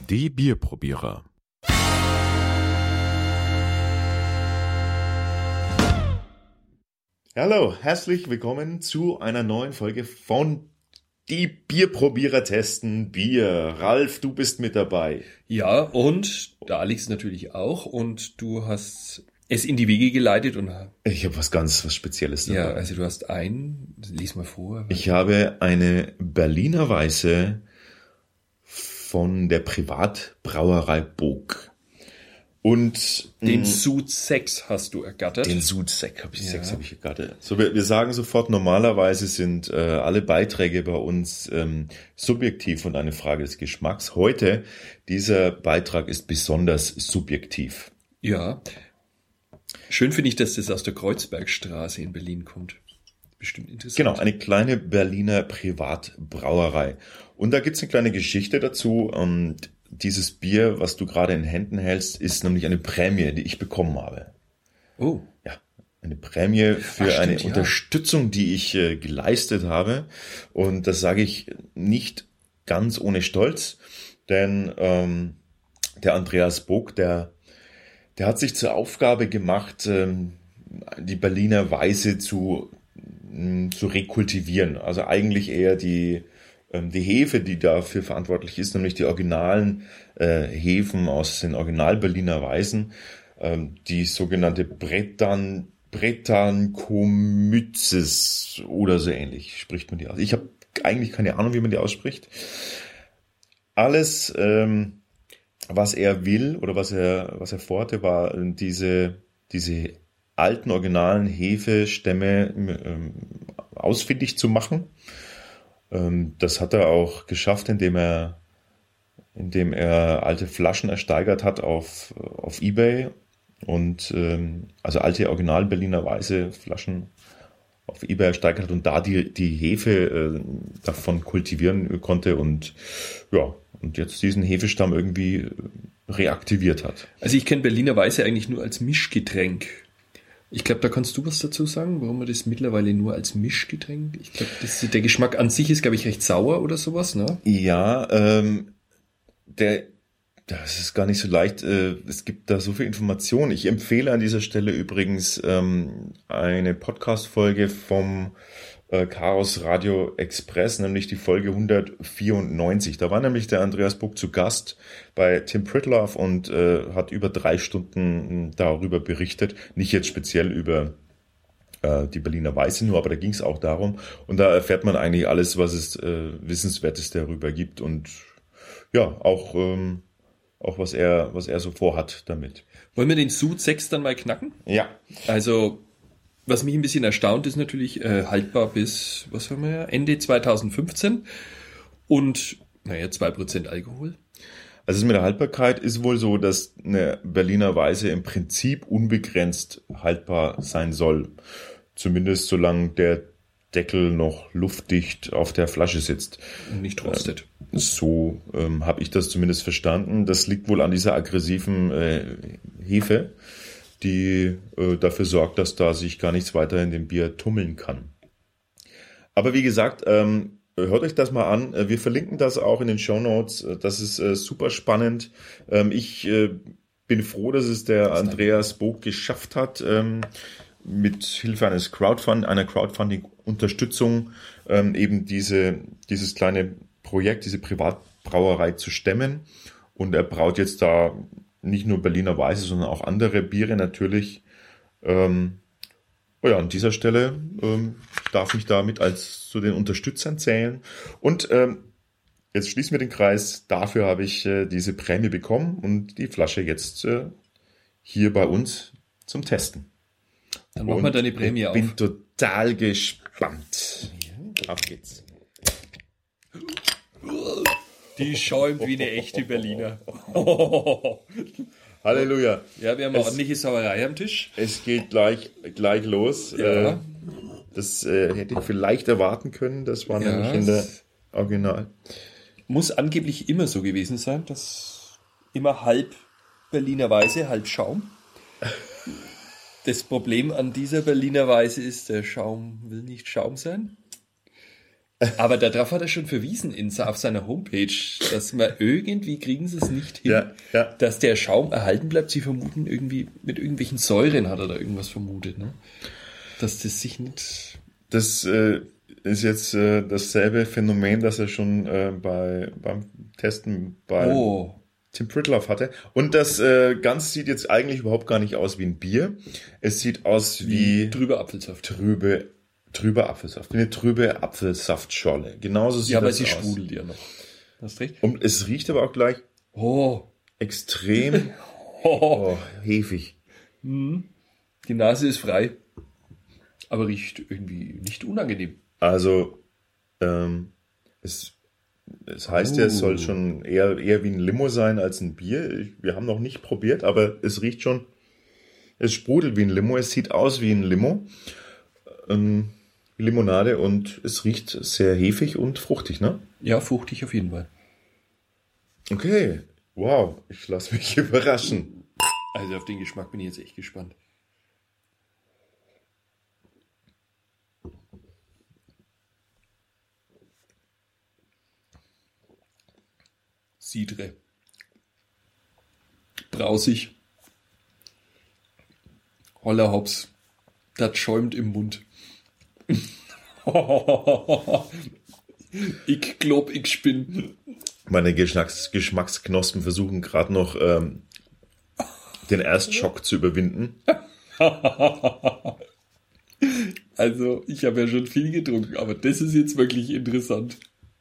Die Bierprobierer. Hallo, herzlich willkommen zu einer neuen Folge von Die Bierprobierer testen Bier. Ralf, du bist mit dabei. Ja, und der Alex natürlich auch. Und du hast es in die Wege geleitet. Und Ich habe was Spezielles dabei. ja, also du hast lies mal vor. Ich habe eine Berliner Weiße von der Privatbrauerei Bog. Und Den Sud 6 hast du ergattert. Den Sud 6 habe ich ergattert. So, wir sagen sofort, normalerweise sind alle Beiträge bei uns subjektiv und eine Frage des Geschmacks. Heute, dieser Beitrag ist besonders subjektiv. Ja. Schön finde ich, dass das aus der Kreuzbergstraße in Berlin kommt. Bestimmt interessant. Genau, eine kleine Berliner Privatbrauerei. Und da gibt's eine kleine Geschichte dazu. Und dieses Bier, was du gerade in Händen hältst, ist nämlich eine Prämie, die ich bekommen habe. Oh. Ja, eine Prämie für eine Unterstützung, die ich geleistet habe. Und das sage ich nicht ganz ohne Stolz, denn der Andreas Bog, der hat sich zur Aufgabe gemacht, die Berliner Weiße zu rekultivieren. Also eigentlich eher die Hefe, die dafür verantwortlich ist, nämlich die originalen Hefen aus den Original-Berliner Weißen, die sogenannte Brettanomyces oder so ähnlich spricht man die aus. Ich habe eigentlich keine Ahnung, wie man die ausspricht. Alles, was er will oder was er vorhatte, war diese alten originalen Hefestämme ausfindig zu machen. Das hat er auch geschafft, indem er alte Flaschen ersteigert hat auf eBay und also alte Original Berliner Weiße Flaschen auf eBay ersteigert hat und da die Hefe davon kultivieren konnte und jetzt diesen Hefestamm irgendwie reaktiviert hat. Also ich kenne Berliner Weiße eigentlich nur als Mischgetränk. Ich glaube, da kannst du was dazu sagen, warum man das mittlerweile nur als Mischgetränk? Ich glaube, der Geschmack an sich ist, glaube ich, recht sauer oder sowas, ne? Ja, das ist gar nicht so leicht. Es gibt da so viel Information. Ich empfehle an dieser Stelle übrigens eine Podcast-Folge vom Chaos Radio Express, nämlich die Folge 194. Da war nämlich der Andreas Bog zu Gast bei Tim Pritlove und hat über 3 Stunden darüber berichtet. Nicht jetzt speziell über die Berliner Weiße nur, aber da ging es auch darum. Und da erfährt man eigentlich alles, was es Wissenswertes darüber gibt und ja, auch was er so vorhat damit. Wollen wir den Sud 6 dann mal knacken? Ja. Also, was mich ein bisschen erstaunt, ist natürlich haltbar bis, was haben wir, Ende 2015 und, 2% Alkohol. Also mit der Haltbarkeit ist wohl so, dass eine Berliner Weiße im Prinzip unbegrenzt haltbar sein soll. Zumindest solange der Deckel noch luftdicht auf der Flasche sitzt. Und nicht rostet. So habe ich das zumindest verstanden. Das liegt wohl an dieser aggressiven Hefe, die dafür sorgt, dass da sich gar nichts weiter in dem Bier tummeln kann. Aber wie gesagt, hört euch das mal an. Wir verlinken das auch in den Shownotes. Das ist super spannend. Ich bin froh, dass es der Andreas Bog geschafft hat, mit Hilfe einer Crowdfunding-Unterstützung eben dieses kleine Projekt, diese Privatbrauerei zu stemmen. Und er braut jetzt da nicht nur Berliner Weiße, sondern auch andere Biere natürlich. An dieser Stelle darf ich damit als zu den Unterstützern zählen. Und jetzt schließen wir den Kreis. Dafür habe ich diese Prämie bekommen und die Flasche jetzt hier bei uns zum Testen. Dann machen wir deine Prämie auf. Ich bin total gespannt. Ja. Auf geht's. Die schäumt wie eine echte Berliner. Halleluja. Ja, wir haben eine ordentliche Sauerei am Tisch. Es geht gleich los. Ja. Das hätte ich vielleicht erwarten können. Das war nämlich in der Original. Muss angeblich immer so gewesen sein, dass immer halb Berliner Weiße, halb Schaum. Das Problem an dieser Berliner Weiße ist, der Schaum will nicht Schaum sein. Aber darauf hat er schon verwiesen auf seiner Homepage, dass man irgendwie kriegen sie es nicht hin, dass der Schaum erhalten bleibt. Sie vermuten irgendwie, mit irgendwelchen Säuren hat er da irgendwas vermutet, ne? Dass das sich nicht... Das ist jetzt dasselbe Phänomen, das er schon beim Testen bei Tim Pritlove hatte. Und das Ganze sieht jetzt eigentlich überhaupt gar nicht aus wie ein Bier. Es sieht aus wie trüber Apfelsaft. Trüber Apfelsaft. Wie eine trübe Apfelsaftschorle. Genauso sieht das aus. Ja, aber sie sprudelt ja noch. Hast recht. Und es riecht aber auch gleich extrem hefig. Die Nase ist frei, aber riecht irgendwie nicht unangenehm. Also, es heißt ja, es soll schon eher wie ein Limo sein als ein Bier. Wir haben noch nicht probiert, aber es riecht schon, es sprudelt wie ein Limo, es sieht aus wie ein Limo. Limonade und es riecht sehr hefig und fruchtig, ne? Ja, fruchtig auf jeden Fall. Okay, wow, ich lasse mich überraschen. Also auf den Geschmack bin ich jetzt echt gespannt. Cidre. Brausig. Holla Hops. Das schäumt im Mund. Ich glaub, ich spinn. Meine Geschmacksknospen versuchen gerade noch den Erstschock zu überwinden. Also, ich habe ja schon viel getrunken, aber das ist jetzt wirklich interessant.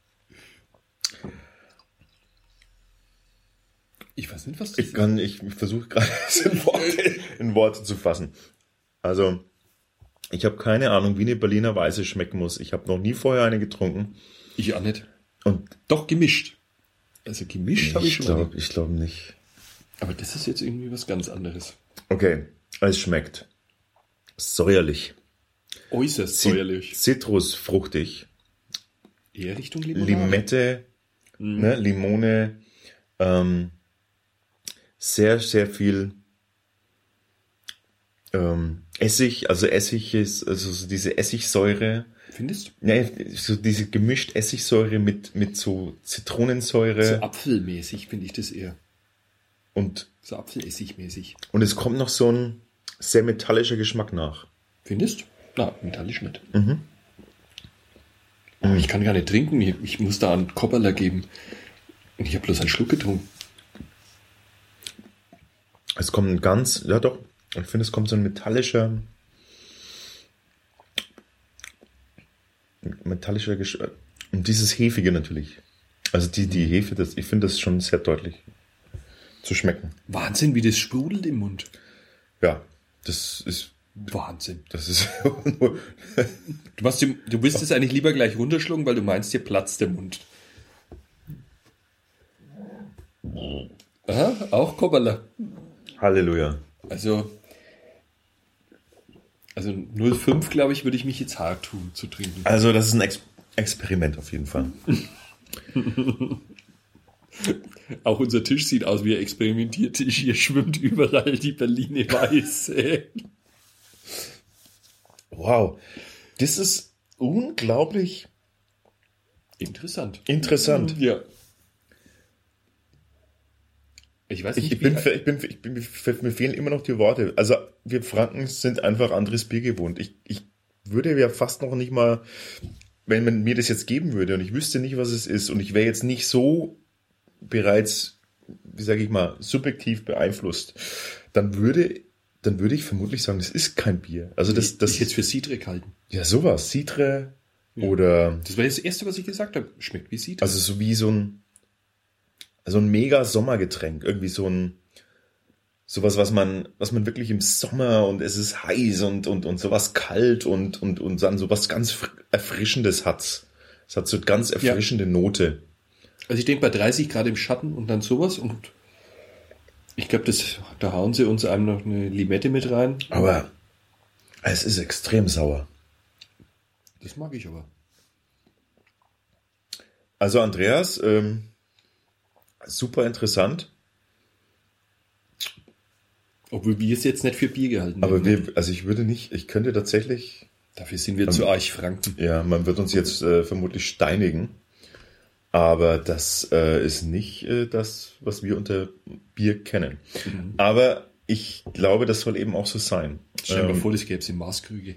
Ich weiß nicht, was das ist. Ich versuche gerade in Worte zu fassen. Also, ich habe keine Ahnung, wie eine Berliner Weiße schmecken muss. Ich habe noch nie vorher eine getrunken. Ich auch nicht. Und doch gemischt. Also gemischt habe ich schon mal. Ich glaube nicht. Aber das ist jetzt irgendwie was ganz anderes. Okay, es schmeckt säuerlich. Äußerst säuerlich. Zitrusfruchtig. Eher Richtung Limonade. Limette, ne, Limone. Sehr, sehr viel Essig, also Essig ist, also so diese Essigsäure. Findest du? Ja, so diese gemischt Essigsäure mit so Zitronensäure. So apfelmäßig finde ich das eher. Und so apfelessigmäßig. Und es kommt noch so ein sehr metallischer Geschmack nach. Findest du? Na, metallisch nicht. Ich kann gar nicht trinken, ich muss da einen Kopperler geben. Und ich habe bloß einen Schluck getrunken. Es kommt ein ganz, ja doch, ich finde, es kommt so ein metallischer Geschmack. Und dieses Hefige natürlich. Also die Hefe, ich finde das schon sehr deutlich zu schmecken. Wahnsinn, wie das sprudelt im Mund. Ja, das ist Wahnsinn. Das ist du willst es eigentlich lieber gleich runterschlucken, weil du meinst, dir platzt der Mund. Aha, auch Kopperler. Halleluja. Also 0,5, glaube ich, würde ich mich jetzt hart tun zu trinken. Also das ist ein Experiment auf jeden Fall. Auch unser Tisch sieht aus wie ein Experimentiertisch. Hier schwimmt überall die Berliner Weiße. Wow, das ist unglaublich interessant. Ja. Ich weiß nicht, mir fehlen immer noch die Worte. Also wir Franken sind einfach anderes Bier gewohnt. Ich würde ja fast noch nicht mal, wenn man mir das jetzt geben würde und ich wüsste nicht, was es ist und ich wäre jetzt nicht so bereits, wie sage ich mal, subjektiv beeinflusst, dann würde ich vermutlich sagen, das ist kein Bier. Also das ich hätte es für Cidre gehalten. Ja, sowas. Cidre oder... Das war das Erste, was ich gesagt habe. Schmeckt wie Cidre. Also so wie so ein mega Sommergetränk. Irgendwie sowas, was man wirklich im Sommer und es ist heiß und sowas kalt und dann sowas ganz Erfrischendes hat. Es hat so eine ganz erfrischende Note. Also ich denke bei 30 Grad im Schatten und dann sowas und ich glaube, da hauen sie uns einem noch eine Limette mit rein. Aber es ist extrem sauer. Das mag ich aber. Also Andreas, super interessant. Obwohl wir es jetzt nicht für Bier gehalten haben. Aber ich könnte tatsächlich, Dafür sind wir zu Archfranken. Ja, man wird uns jetzt vermutlich steinigen. Aber das ist nicht das, was wir unter Bier kennen. Mhm. Aber ich glaube, das soll eben auch so sein. Stell dir mal vor, das gäbe es in Maßkrüge.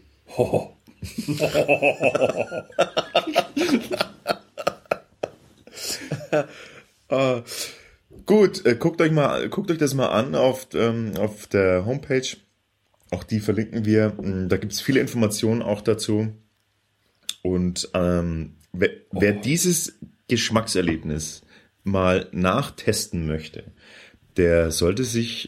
Gut, guckt euch das mal an auf der Homepage. Auch die verlinken wir. Da gibt es viele Informationen auch dazu. Und wer dieses Geschmackserlebnis mal nachtesten möchte, der sollte sich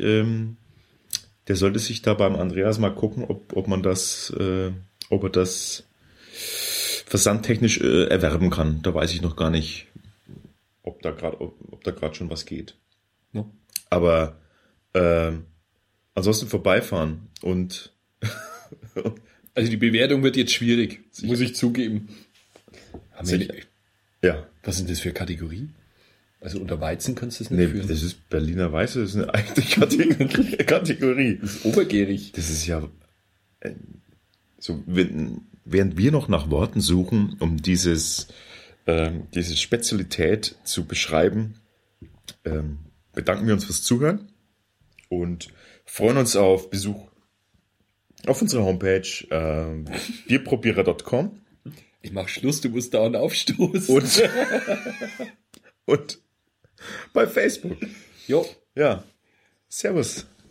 da beim Andreas mal gucken, ob er das versandtechnisch erwerben kann. Da weiß ich noch gar nicht, ob da gerade schon was geht. No. Aber ansonsten vorbeifahren und also die Bewertung wird jetzt schwierig, muss ich zugeben. Ja. Was sind das für Kategorie? Also unter Weizen kannst du das nicht führen. Das ist Berliner Weiße, das ist eine eigene Kategorie. Das ist obergärig. Das ist ja so, während wir noch nach Worten suchen, um diese Spezialität zu beschreiben, bedanken wir uns fürs Zuhören und freuen uns auf Besuch auf unserer Homepage bierprobierer.com. Ich mach Schluss, du musst dauernd aufstoßen. Und bei Facebook. Jo. Ja. Servus.